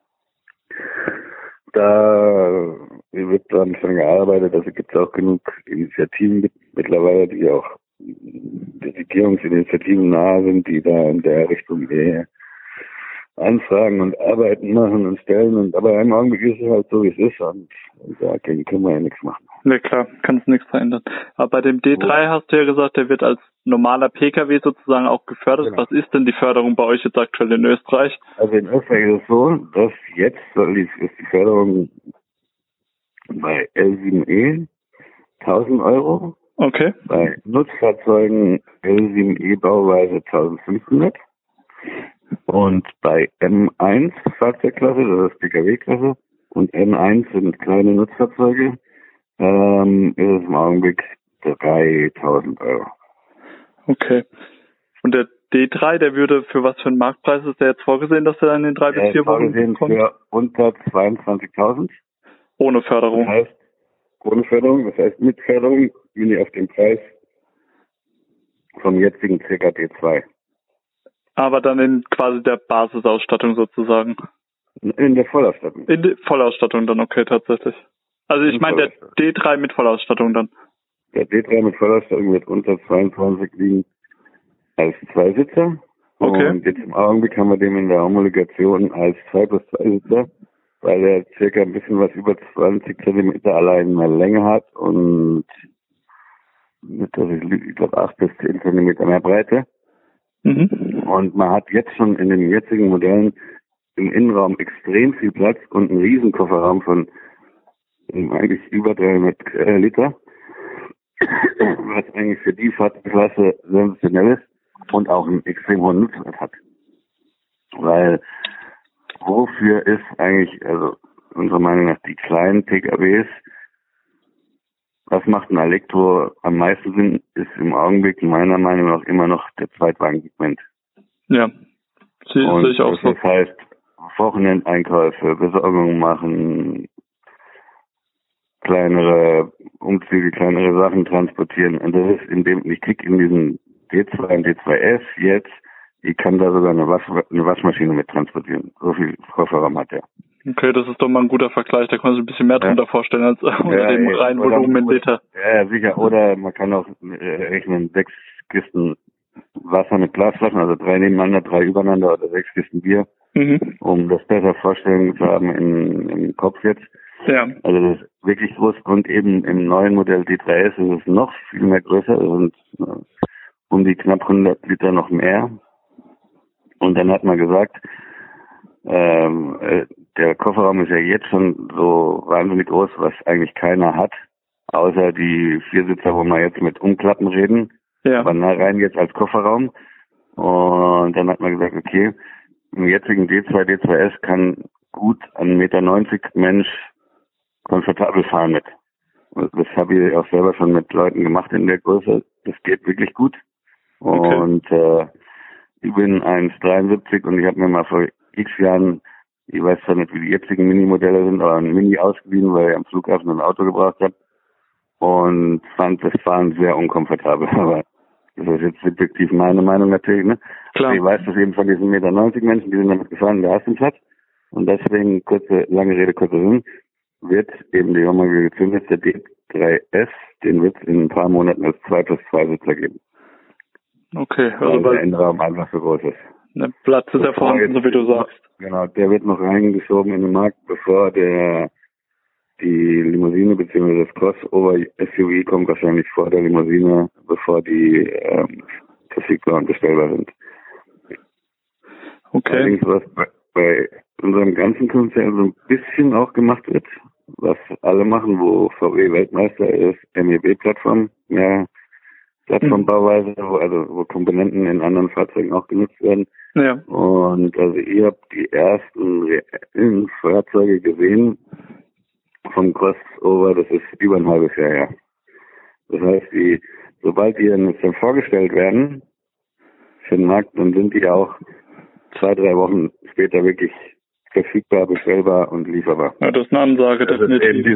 da wird dran schon gearbeitet, also gibt es auch genug Initiativen mittlerweile, die auch die Regierungsinitiativen nahe sind, die da in der Richtung Anfragen und Arbeiten machen und stellen. Und aber im Augenblick ist es halt so, wie es ist. Und dagegen können wir ja nichts machen. Ja klar, kann es nichts verändern. Aber bei dem D3 hast du ja gesagt, der wird als normaler PKW sozusagen auch gefördert. Genau. Was ist denn die Förderung bei euch jetzt aktuell in Österreich? Also in Österreich ist es so, dass jetzt ist die Förderung bei L7E 1.000 Euro. Okay. Bei Nutzfahrzeugen L7E Bauweise 1.500. Und bei M1 Fahrzeugklasse, das ist PKW-Klasse, und M1 sind kleine Nutzfahrzeuge, ist es im Augenblick 3.000 Euro. Okay. Und der D3, der würde für was für einen Marktpreis ist der jetzt vorgesehen, dass er dann in 3 bis 4 Wochen kommt? Für unter 22.000. Ohne Förderung. Das heißt, ohne Förderung, das heißt mit Förderung bin ich auf den Preis vom jetzigen ca. D2. Aber dann in quasi der Basisausstattung sozusagen. In der Vollausstattung. In der Vollausstattung dann, okay, tatsächlich. Also ich meine der D3 mit Vollausstattung dann. Der D3 mit Vollausstattung wird unter 22 liegen als Zweisitzer. Okay. Und jetzt im Augenblick haben wir den in der Homologation als 2+2 Sitzer, weil er circa ein bisschen was über 20 Zentimeter allein mehr Länge hat und ich glaube 8 bis 10 Zentimeter mehr Breite. Mhm. Und man hat jetzt schon in den jetzigen Modellen im Innenraum extrem viel Platz und einen riesen Kofferraum von eigentlich über 300 Liter. was eigentlich für die Fahrzeugklasse sensationell ist und auch einen extrem hohen Nutzwert hat. Weil wofür ist eigentlich, also unserer Meinung nach, die kleinen PKWs, was macht ein Elektro am meisten Sinn, ist im Augenblick meiner Meinung nach immer noch der Zweitwagensegment. Ja, sehe ich auch so. Das heißt, Wochenendeinkäufe, Besorgung machen, kleinere Umzüge, kleinere Sachen transportieren. Und das ist ich krieg in diesen D2 und D2S jetzt, ich kann da sogar eine Waschmaschine mit transportieren. So viel Kofferraum hat der. Okay, das ist doch mal ein guter Vergleich. Da kann man sich ein bisschen mehr drunter vorstellen als unter dem reinen Volumen in Liter. Ja, sicher. Oder man kann auch rechnen, 6 Kisten Wasser mit Glasflaschen, also 3 nebeneinander, 3 übereinander oder 6 Kisten Bier, um das besser vorstellen zu haben im Kopf jetzt. Ja. Also das ist wirklich groß und eben im neuen Modell D3S ist es noch viel mehr größer und um die knapp 100 Liter noch mehr. Und dann hat man gesagt, der Kofferraum ist ja jetzt schon so wahnsinnig groß, was eigentlich keiner hat, außer die Viersitzer, wo wir jetzt mit Umklappen reden. Ja. Aber rein jetzt als Kofferraum. Und dann hat man gesagt, okay, im jetzigen D2, D2S kann gut 1,90 Meter Mensch komfortabel fahren mit. Das habe ich auch selber schon mit Leuten gemacht in der Größe. Das geht wirklich gut. Okay. Und ich bin 1,73 und ich habe mir mal vor x Jahren, ich weiß zwar nicht, wie die jetzigen Mini-Modelle sind, aber ein Mini ausgeliehen, weil ich am Flughafen ein Auto gebraucht habe und fand das Fahren sehr unkomfortabel. Aber das ist jetzt subjektiv meine Meinung natürlich, ne? Klar. Ich weiß das eben von diesen 1,90 Meter Menschen, die sind damit gefahren, da hast du einen Platz. Und deswegen, lange Rede, kurzer Sinn, wird eben die homogen gezündete D3S, den wird es in ein paar Monaten als 2+2 Sitzer geben. Okay, also weil der Innenraum einfach so groß ist. Der Platz ist ja vorhanden, so wie du sagst. Genau, der wird noch reingeschoben in den Markt, bevor die Limousine bzw. das Crossover-SUV kommt wahrscheinlich vor der Limousine, bevor die verfügbar und bestellbar sind. Okay. Allerdings, was bei unserem ganzen Konzern so ein bisschen auch gemacht wird, was alle machen, wo VW Weltmeister ist, MEB-Plattform, ja, Plattformbauweise, wo Komponenten in anderen Fahrzeugen auch genutzt werden. Ja. Und also ihr habt die ersten reellen Fahrzeuge gesehen vom Crossover, das ist über ein halbes Jahr her. Das heißt, sobald die dann vorgestellt werden für den Markt, dann sind die auch 2-3 Wochen später wirklich verfügbar, bestellbar und lieferbar. Ja, das ist eine Ansage, das definitiv.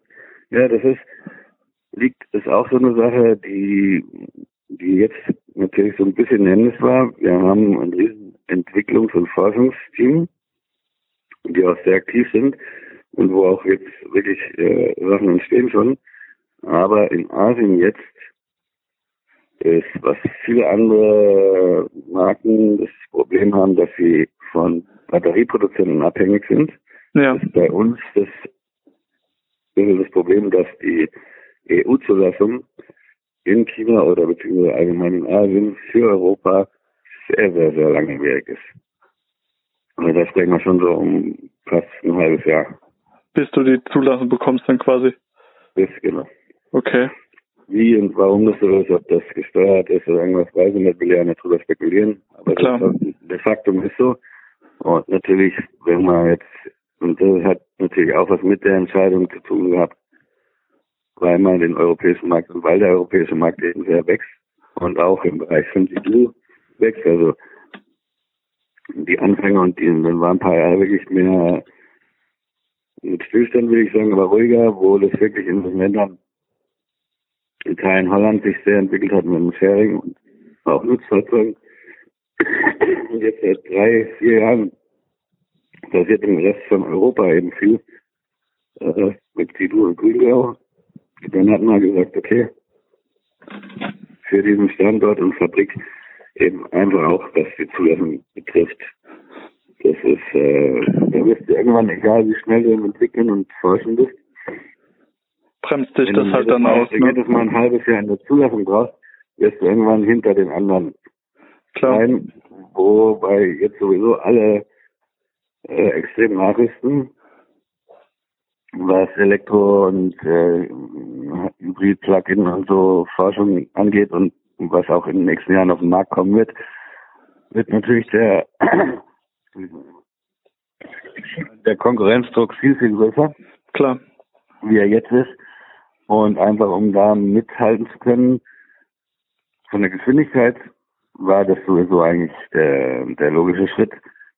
Ist auch so eine Sache, die jetzt natürlich so ein bisschen Hemmnis war. Wir haben ein riesen Entwicklungs- und Forschungsteam, die auch sehr aktiv sind und wo auch jetzt wirklich Sachen entstehen schon. Aber in Asien jetzt ist, was viele andere Marken das Problem haben, dass sie von Batterieproduzenten abhängig sind. Ja. Das ist bei uns das Problem, dass die EU-Zulassung in China oder beziehungsweise allgemein in Asien für Europa sehr, sehr, sehr langwierig ist. Also da sprechen wir schon so um fast ein halbes Jahr. Bis du die Zulassung bekommst dann quasi? Genau. Okay. Wie und warum das so ist, ob das gesteuert ist oder irgendwas, weiß ich nicht, will ja nicht drüber spekulieren. Aber klar. De facto ist so. Und natürlich, wenn man jetzt, und das hat natürlich auch was mit der Entscheidung zu tun gehabt, weil man den europäischen Markt und weil der europäische Markt eben sehr wächst und auch im Bereich von Sidu wächst. Also die Anfänger und dann waren ein paar Jahre wirklich mehr mit Stillstand, würde ich sagen, aber ruhiger, wo das wirklich in den Ländern, in Teilen Holland sich sehr entwickelt hat mit dem Sharing und auch Nutzfahrzeugen. Und jetzt seit 3-4 Jahren passiert im Rest von Europa eben viel mit Sidu und Grüngau. Dann hat man gesagt, okay, für diesen Standort und Fabrik eben einfach auch, was die Zulassung betrifft. Das ist, da wirst du irgendwann, egal wie schnell du entwickeln und forschen bist, bremst dich das halt dann aus. Wenn du jedes Mal ein halbes Jahr in der Zulassung brauchst, wirst du irgendwann hinter den anderen sein, wobei jetzt sowieso alle extrem nachrüsten. was Elektro- und Hybrid-Plug-in und so Forschung angeht und was auch in den nächsten Jahren auf den Markt kommen wird, wird natürlich der Konkurrenzdruck viel, viel größer. Klar. Wie er jetzt ist. Und einfach, um da mithalten zu können, von der Geschwindigkeit war das sowieso eigentlich der logische Schritt.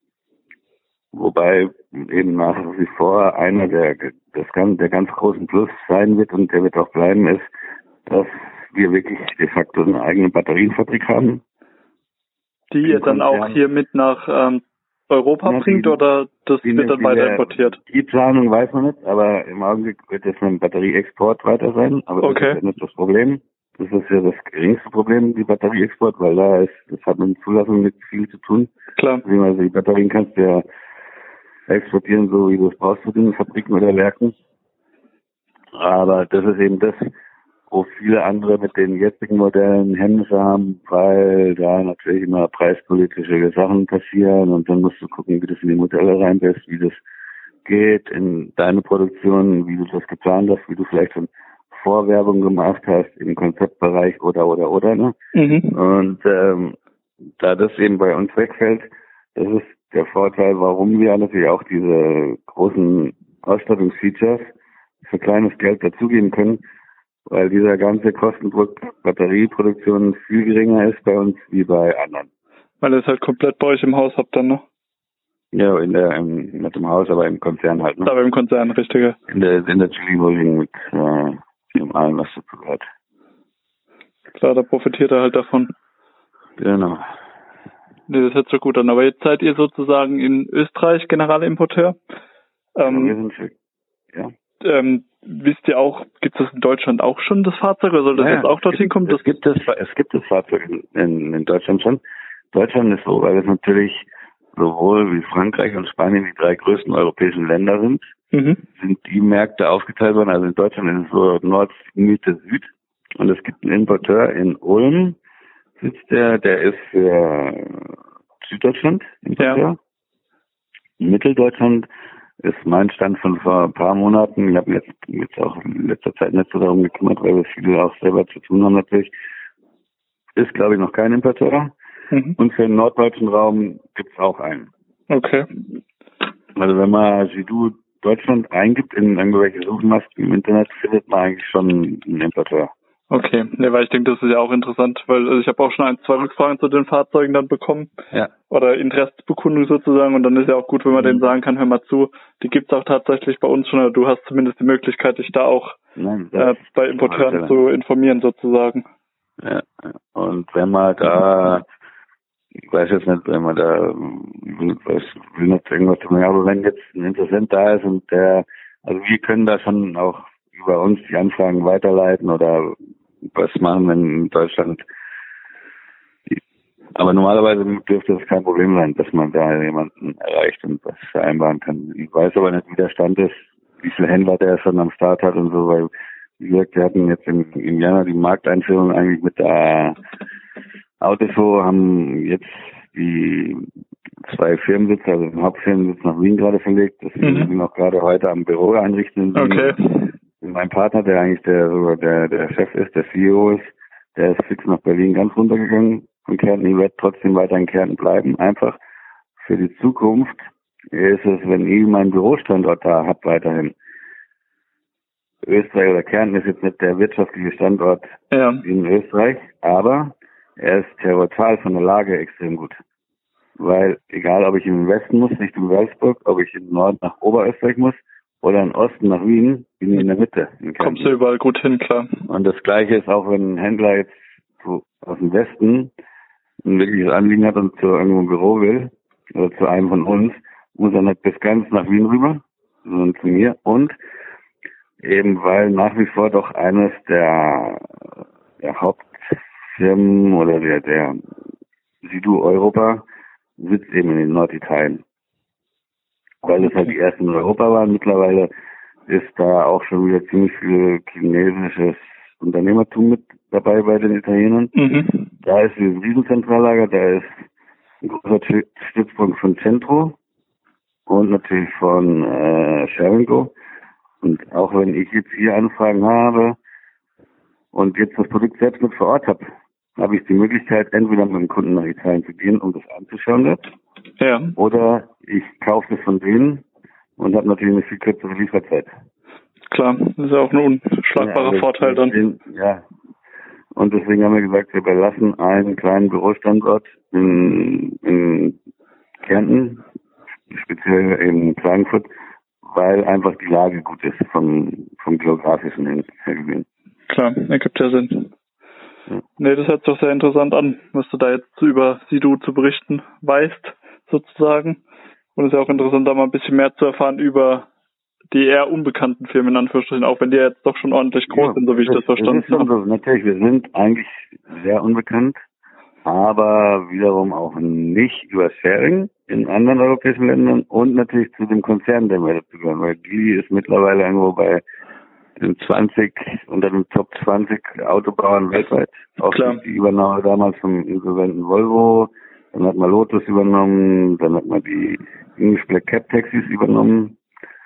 Wobei eben nach wie vor einer der ganz großen Plus sein wird und der wird auch bleiben, ist, dass wir wirklich de facto eine eigene Batterienfabrik haben. Die ihr dann auch hier mit nach Europa bringt oder das wird dann weiter importiert? Die Planung weiß man nicht, aber im Augenblick wird es ein Batterieexport weiter sein. Aber das ist ja nicht das Problem. Das ist ja das geringste Problem, die Batterieexport, weil das hat mit Zulassung nicht viel zu tun. Klar. Also die Batterien kannst du ja exportieren, so wie du es brauchst für den Fabriken oder Werken. Aber das ist eben das, wo viele andere mit den jetzigen Modellen Hemmnisse haben, weil da natürlich immer preispolitische Sachen passieren und dann musst du gucken, wie du es in die Modelle reinbist, wie das geht in deine Produktion, wie du das geplant hast, wie du vielleicht schon Vorwerbung gemacht hast im Konzeptbereich oder, ne? Und da das eben bei uns wegfällt, das ist der Vorteil, warum wir natürlich auch diese großen Ausstattungsfeatures für kleines Geld dazugeben können, weil dieser ganze Kostendruck Batterieproduktion viel geringer ist bei uns wie bei anderen. Weil ihr es halt komplett bei euch im Haus habt dann, ne? Ja, nicht im Haus, aber im Konzern halt, ne? Aber im Konzern, richtige. In der Chili Holding mit allem, was dazu gehört. Klar, da profitiert er halt davon. Genau. Nee, das hört so gut an. Aber jetzt seid ihr sozusagen in Österreich Generalimporteur. Wir sind ja. Wisst ihr auch, gibt es in Deutschland auch schon das Fahrzeug oder soll das jetzt auch dorthin kommen? Es gibt das Fahrzeug in Deutschland schon. Deutschland ist so, weil es natürlich sowohl wie Frankreich und Spanien die 3 größten europäischen Länder sind, sind die Märkte aufgeteilt worden. Also in Deutschland ist es so Nord, Mitte, Süd. Und es gibt einen Importeur in Ulm, sitzt der ist für Süddeutschland Importeur. Ja. In Mitteldeutschland ist mein Stand von vor ein paar Monaten. Ich habe mich jetzt auch in letzter Zeit nicht so darum gekümmert, weil wir viele auch selber zu tun haben natürlich. Ist, glaube ich, noch kein Importeur. Und für den norddeutschen Raum gibt es auch einen. Okay. Also wenn man Jidu Deutschland eingibt in irgendwelche Suchmasken im Internet, findet man eigentlich schon einen Importeur. Okay, ne, weil ich denke, das ist ja auch interessant, weil ich habe auch schon 1-2 Rückfragen zu den Fahrzeugen dann bekommen. Ja. Oder Interessensbekundung sozusagen und dann ist ja auch gut, wenn man denen sagen kann, hör mal zu, die gibt's auch tatsächlich bei uns schon, oder du hast zumindest die Möglichkeit, dich da auch bei Importeuren zu informieren sozusagen. Ja, und wenn man da, ich weiß jetzt nicht, wenn man da, will nicht irgendwas tun, aber wenn jetzt ein Interessent da ist und also wir können da schon auch über uns die Anfragen weiterleiten oder was machen, wenn in Deutschland, aber normalerweise dürfte es kein Problem sein, dass man da jemanden erreicht und was vereinbaren kann. Ich weiß aber nicht, wie der Stand ist, wie viele Händler der schon am Start hat und so, weil, wie gesagt, wir hatten jetzt im Januar die Markteinführung eigentlich mit der Autoshow, haben jetzt die 2 Firmensitze, also den Hauptfirmensitz nach Wien gerade verlegt. Deswegen sind wir noch gerade heute am Büro einrichten in Wien. Okay. Mein Partner, der eigentlich der Chef ist, der CEO ist, der ist fix nach Berlin ganz runtergegangen von Kärnten. Ich werde trotzdem weiter in Kärnten bleiben. Einfach für die Zukunft ist es, wenn ich meinen Bürostandort da habe, weiterhin. Österreich oder Kärnten ist jetzt nicht der wirtschaftliche Standort in Österreich, aber er ist territorial von der Lage extrem gut. Weil egal, ob ich im Westen muss, Richtung Salzburg, ob ich im Norden nach Oberösterreich muss oder im Osten nach Wien, bin ich in der Mitte. Kommst du überall gut hin, klar. Und das Gleiche ist auch, wenn ein Händler jetzt aus dem Westen ein wirkliches Anliegen hat und zu irgendeinem Büro will, oder zu einem von uns, muss er nicht bis ganz nach Wien rüber, sondern zu mir. Und eben weil nach wie vor doch eines der Hauptfirmen oder der Jidu Europa sitzt eben in den Norditalien. Weil es halt die ersten in Europa waren. Mittlerweile ist da auch schon wieder ziemlich viel chinesisches Unternehmertum mit dabei bei den Italienern. Da ist dieses Riesenzentrallager, da ist ein großer Stützpunkt von Centro und natürlich von Sharing Go. Und auch wenn ich jetzt hier Anfragen habe und jetzt das Produkt selbst mit vor Ort habe ich die Möglichkeit, entweder mit dem Kunden nach Italien zu gehen, um das anzuschauen dort, oder ich kaufe das von denen und habe natürlich eine viel kürzere Lieferzeit. Klar, das ist ja auch ein unschlagbarer Vorteil dann. Ja, und deswegen haben wir gesagt, wir belassen einen kleinen Bürostandort in Kärnten, speziell in Klagenfurt, weil einfach die Lage gut ist vom geografischen her gesehen. Klar, ergibt ja Sinn. Ja. Nee, das hört sich doch sehr interessant an, was du da jetzt über Sidu zu berichten weißt, sozusagen. Und es ist ja auch interessant, da mal ein bisschen mehr zu erfahren über die eher unbekannten Firmen, in Anführungsstrichen, auch wenn die jetzt doch schon ordentlich groß sind, so wie ich das verstanden habe. So. Natürlich, wir sind eigentlich sehr unbekannt, aber wiederum auch nicht über Sharing in anderen europäischen Ländern und natürlich zu dem Konzern, der wir dazu gehören, weil Geely ist mittlerweile irgendwo bei den 20, unter den Top 20 Autobauern weltweit. Auch klar. Die Übernahme damals vom insolventen Volvo, dann hat man Lotus übernommen, dann hat man die English Black Cab Taxis übernommen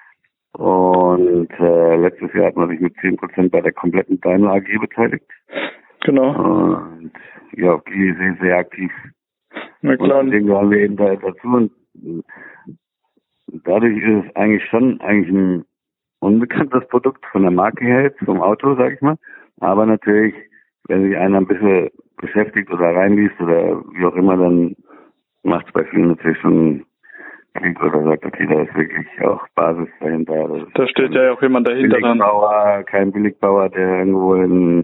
und letztes Jahr hat man sich mit 10% bei der kompletten Daimler AG beteiligt. Genau. Und ja, Geely ist sehr aktiv. Na klar. Und deswegen gehören wir eben da dazu und dadurch ist es eigentlich ein unbekanntes Produkt von der Marke her jetzt, vom Auto, sag ich mal. Aber natürlich, wenn sich einer ein bisschen beschäftigt oder reinliest oder wie auch immer, dann macht es bei vielen natürlich schon Klick oder sagt, okay, da ist wirklich auch Basis dahinter. Da steht ja auch jemand dahinter dann. Kein Billigbauer, der irgendwo in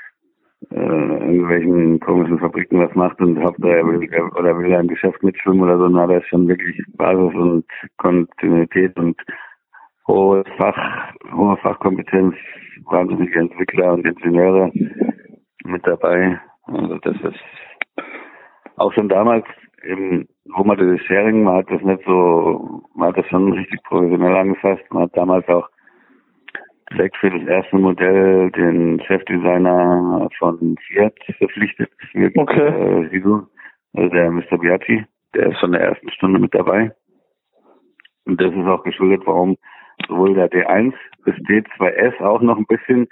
irgendwelchen komischen Fabriken was macht und Hauptsache er will ein Geschäft mitschwimmen oder so, na, da ist schon wirklich Basis und Kontinuität und hohe Fachkompetenz, wahnsinnige Entwickler und Ingenieure mit dabei. Also das ist auch schon damals wo man das Sharing, man hat das schon richtig professionell angefasst. Man hat damals auch direkt für das erste Modell den Chefdesigner von Fiat verpflichtet. Okay. Also der Mr. Biaggi, der ist von der ersten Stunde mit dabei. Und das ist auch geschuldet, warum sowohl der D1 bis D2S auch noch ein bisschen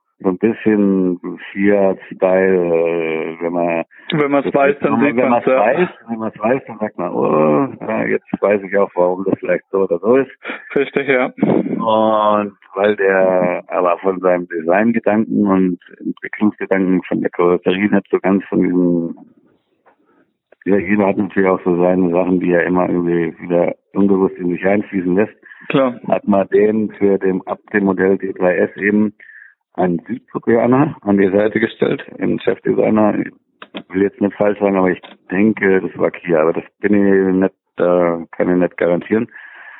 Fiat-Style, wenn man es weiß, dann sieht man es. Wenn man es weiß, dann sagt man, oh, ja, jetzt weiß ich auch, warum das vielleicht so oder so ist. Richtig, ja. Und weil der aber von seinem Designgedanken und Entwicklungsgedanken von der Karosserie nicht so ganz von diesem, ja, jeder hat natürlich auch so seine Sachen, die er immer irgendwie wieder unbewusst in sich einfließen lässt. Klar. Hat man den ab dem Modell D3S eben einen Südkoreaner an die Seite gestellt, einen Chefdesigner. Ich will jetzt nicht falsch sagen, aber ich denke, das war Kia, aber das kann ich nicht garantieren.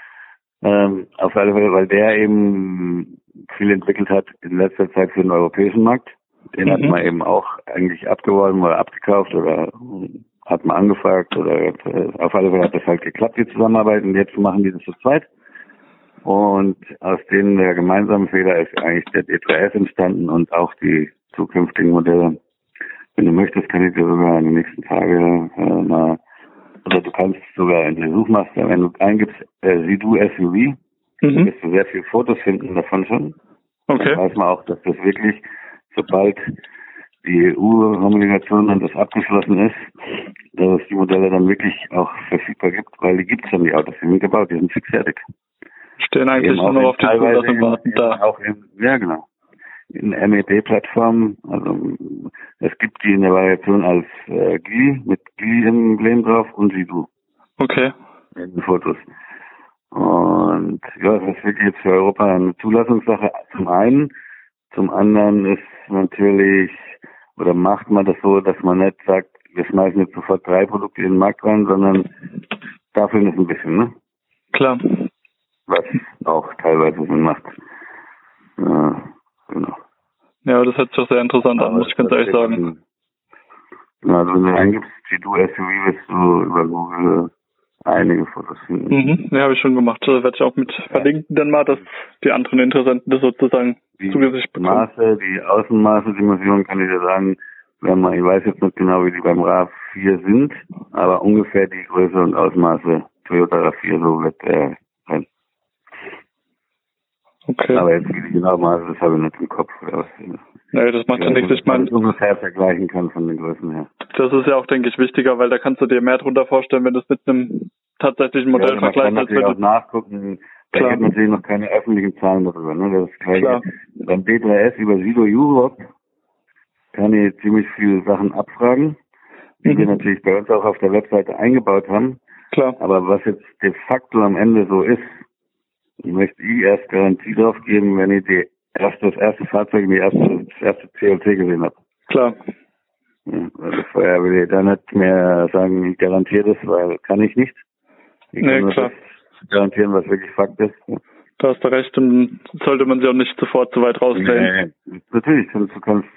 Auf alle Fälle, weil der eben viel entwickelt hat in letzter Zeit für den europäischen Markt. Den hat man eben auch eigentlich abgeworben oder abgekauft oder hat man angefragt oder auf alle Fälle hat das halt geklappt, die Zusammenarbeit, und jetzt machen die das zu zweit. Und aus denen der gemeinsame Fehler ist eigentlich der D3S entstanden und auch die zukünftigen Modelle. Wenn du möchtest, kann ich dir sogar in den nächsten Tagen oder du kannst sogar in der Suchmaske, wenn du eingibst Sidu SUV, wirst du sehr viele Fotos finden davon schon. Okay. Dann weiß man auch, dass das wirklich, sobald die EU-Homologation dann das abgeschlossen ist, dass es die Modelle dann wirklich auch verfügbar gibt, weil die gibt es schon, die Autos, die sind gebaut, die sind fix fertig. Stehen eigentlich nur noch auf die Zulassung warten da. Ja, genau. In MED-Plattformen, also es gibt die in der Variation als Geely, mit Geely-Emblem drauf und Sidu. Okay. In den Fotos. Und ja, das ist wirklich jetzt für Europa eine Zulassungssache zum einen. Zum anderen ist natürlich, oder macht man das so, dass man nicht sagt, wir schmeißen jetzt sofort 3 Produkte in den Markt rein, sondern dafür ist ein bisschen, ne? Klar. Was auch teilweise Sinn macht. Ja, genau. Ja, das hört sich doch sehr interessant an, muss ich ganz ehrlich sagen. Also wenn du eingibst, Sidu SUV, wirst du über Google einige Fotos finden. Ja, habe ich schon gemacht. Da werde ich auch mit verlinken dann mal, dass die anderen Interessenten das sozusagen zu Gesicht bekommen. Die Außenmaße-Dimension kann ich dir sagen, ich weiß jetzt nicht genau, wie die beim RAV4 sind, aber ungefähr die Größe und Ausmaße Toyota RAV4, so wird der sein. Okay. Aber jetzt wie die genau Maße, das habe ich nicht im Kopf. Nee, das macht ja nichts. Ich meine, ungefähr vergleichen kann von den Größen her. Das ist ja auch, denke ich, wichtiger, weil da kannst du dir mehr drunter vorstellen, wenn du es mit einem tatsächlichen Modell vergleichst. Man kann natürlich auch nachgucken. Da gibt natürlich noch keine öffentlichen Zahlen darüber. Ne? Das ist klar. Beim D3S über Sido Europe kann ich ziemlich viele Sachen abfragen, die wir natürlich bei uns auch auf der Webseite eingebaut haben. Klar. Aber was jetzt de facto am Ende so ist, möchte ich erst Garantie drauf geben, wenn ich das erste Fahrzeug, das erste CLT gesehen habe. Klar. Also vorher will ich da nicht mehr sagen, ich garantiere das, weil kann ich nicht. Ich kann nur das garantieren, was wirklich Fakt ist. Da hast du recht, und sollte man sich auch nicht sofort zu weit rausdrehen. Nee, natürlich, du kannst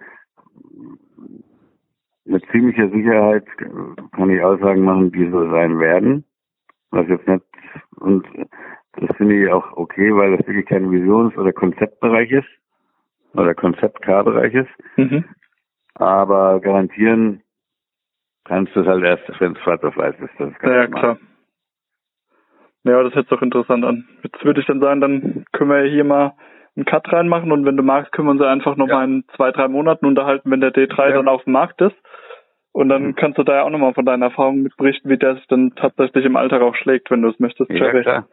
mit ziemlicher Sicherheit kann ich Aussagen machen, die so sein werden. Was jetzt nicht, und das finde ich auch okay, weil das wirklich kein Visions- oder Konzeptbereich ist. Oder Konzept-K-Bereich ist. Aber garantieren kannst du es halt erst, wenn es schwarz auf weiß ist. Das ist ja, klar. Ja, das hört sich doch interessant an. Jetzt würde ich dann sagen, dann können wir hier mal einen Cut reinmachen, und wenn du magst, können wir uns einfach nochmal in 2-3 Monaten unterhalten, wenn der D3 dann auf dem Markt ist. Und dann kannst du da ja auch nochmal von deinen Erfahrungen mit berichten, wie der sich dann tatsächlich im Alltag auch schlägt, wenn du es möchtest, Jerry. Ja, klar.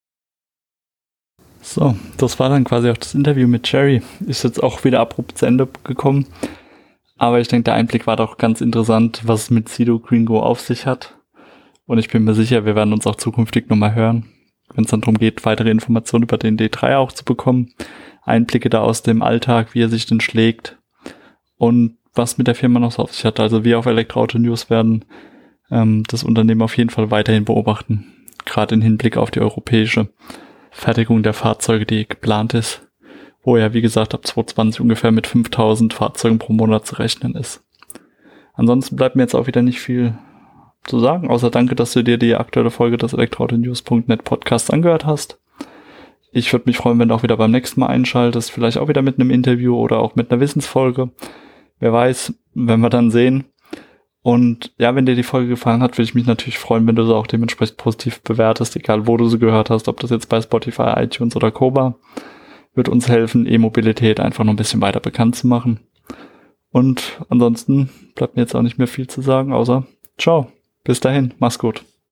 So, das war dann quasi auch das Interview mit Jerry. Ist jetzt auch wieder abrupt zu Ende gekommen. Aber ich denke, der Einblick war doch ganz interessant, was es mit Sido Green-Go auf sich hat. Und ich bin mir sicher, wir werden uns auch zukünftig nochmal hören, wenn es dann darum geht, weitere Informationen über den D3 auch zu bekommen. Einblicke da aus dem Alltag, wie er sich denn schlägt und was mit der Firma noch so auf sich hat. Also wir auf Elektroauto News werden das Unternehmen auf jeden Fall weiterhin beobachten. Gerade im Hinblick auf die europäische Fertigung der Fahrzeuge, die geplant ist, wo ja, wie gesagt, ab 2020 ungefähr mit 5000 Fahrzeugen pro Monat zu rechnen ist. Ansonsten bleibt mir jetzt auch wieder nicht viel zu sagen, außer danke, dass du dir die aktuelle Folge des Elektroauto-News.net Podcasts angehört hast. Ich würde mich freuen, wenn du auch wieder beim nächsten Mal einschaltest, vielleicht auch wieder mit einem Interview oder auch mit einer Wissensfolge. Wer weiß, werden wir dann sehen. Und ja, wenn dir die Folge gefallen hat, würde ich mich natürlich freuen, wenn du sie auch dementsprechend positiv bewertest, egal wo du sie gehört hast, ob das jetzt bei Spotify, iTunes oder Co. war. Wird uns helfen, E-Mobilität einfach noch ein bisschen weiter bekannt zu machen. Und ansonsten bleibt mir jetzt auch nicht mehr viel zu sagen, außer ciao, bis dahin, mach's gut.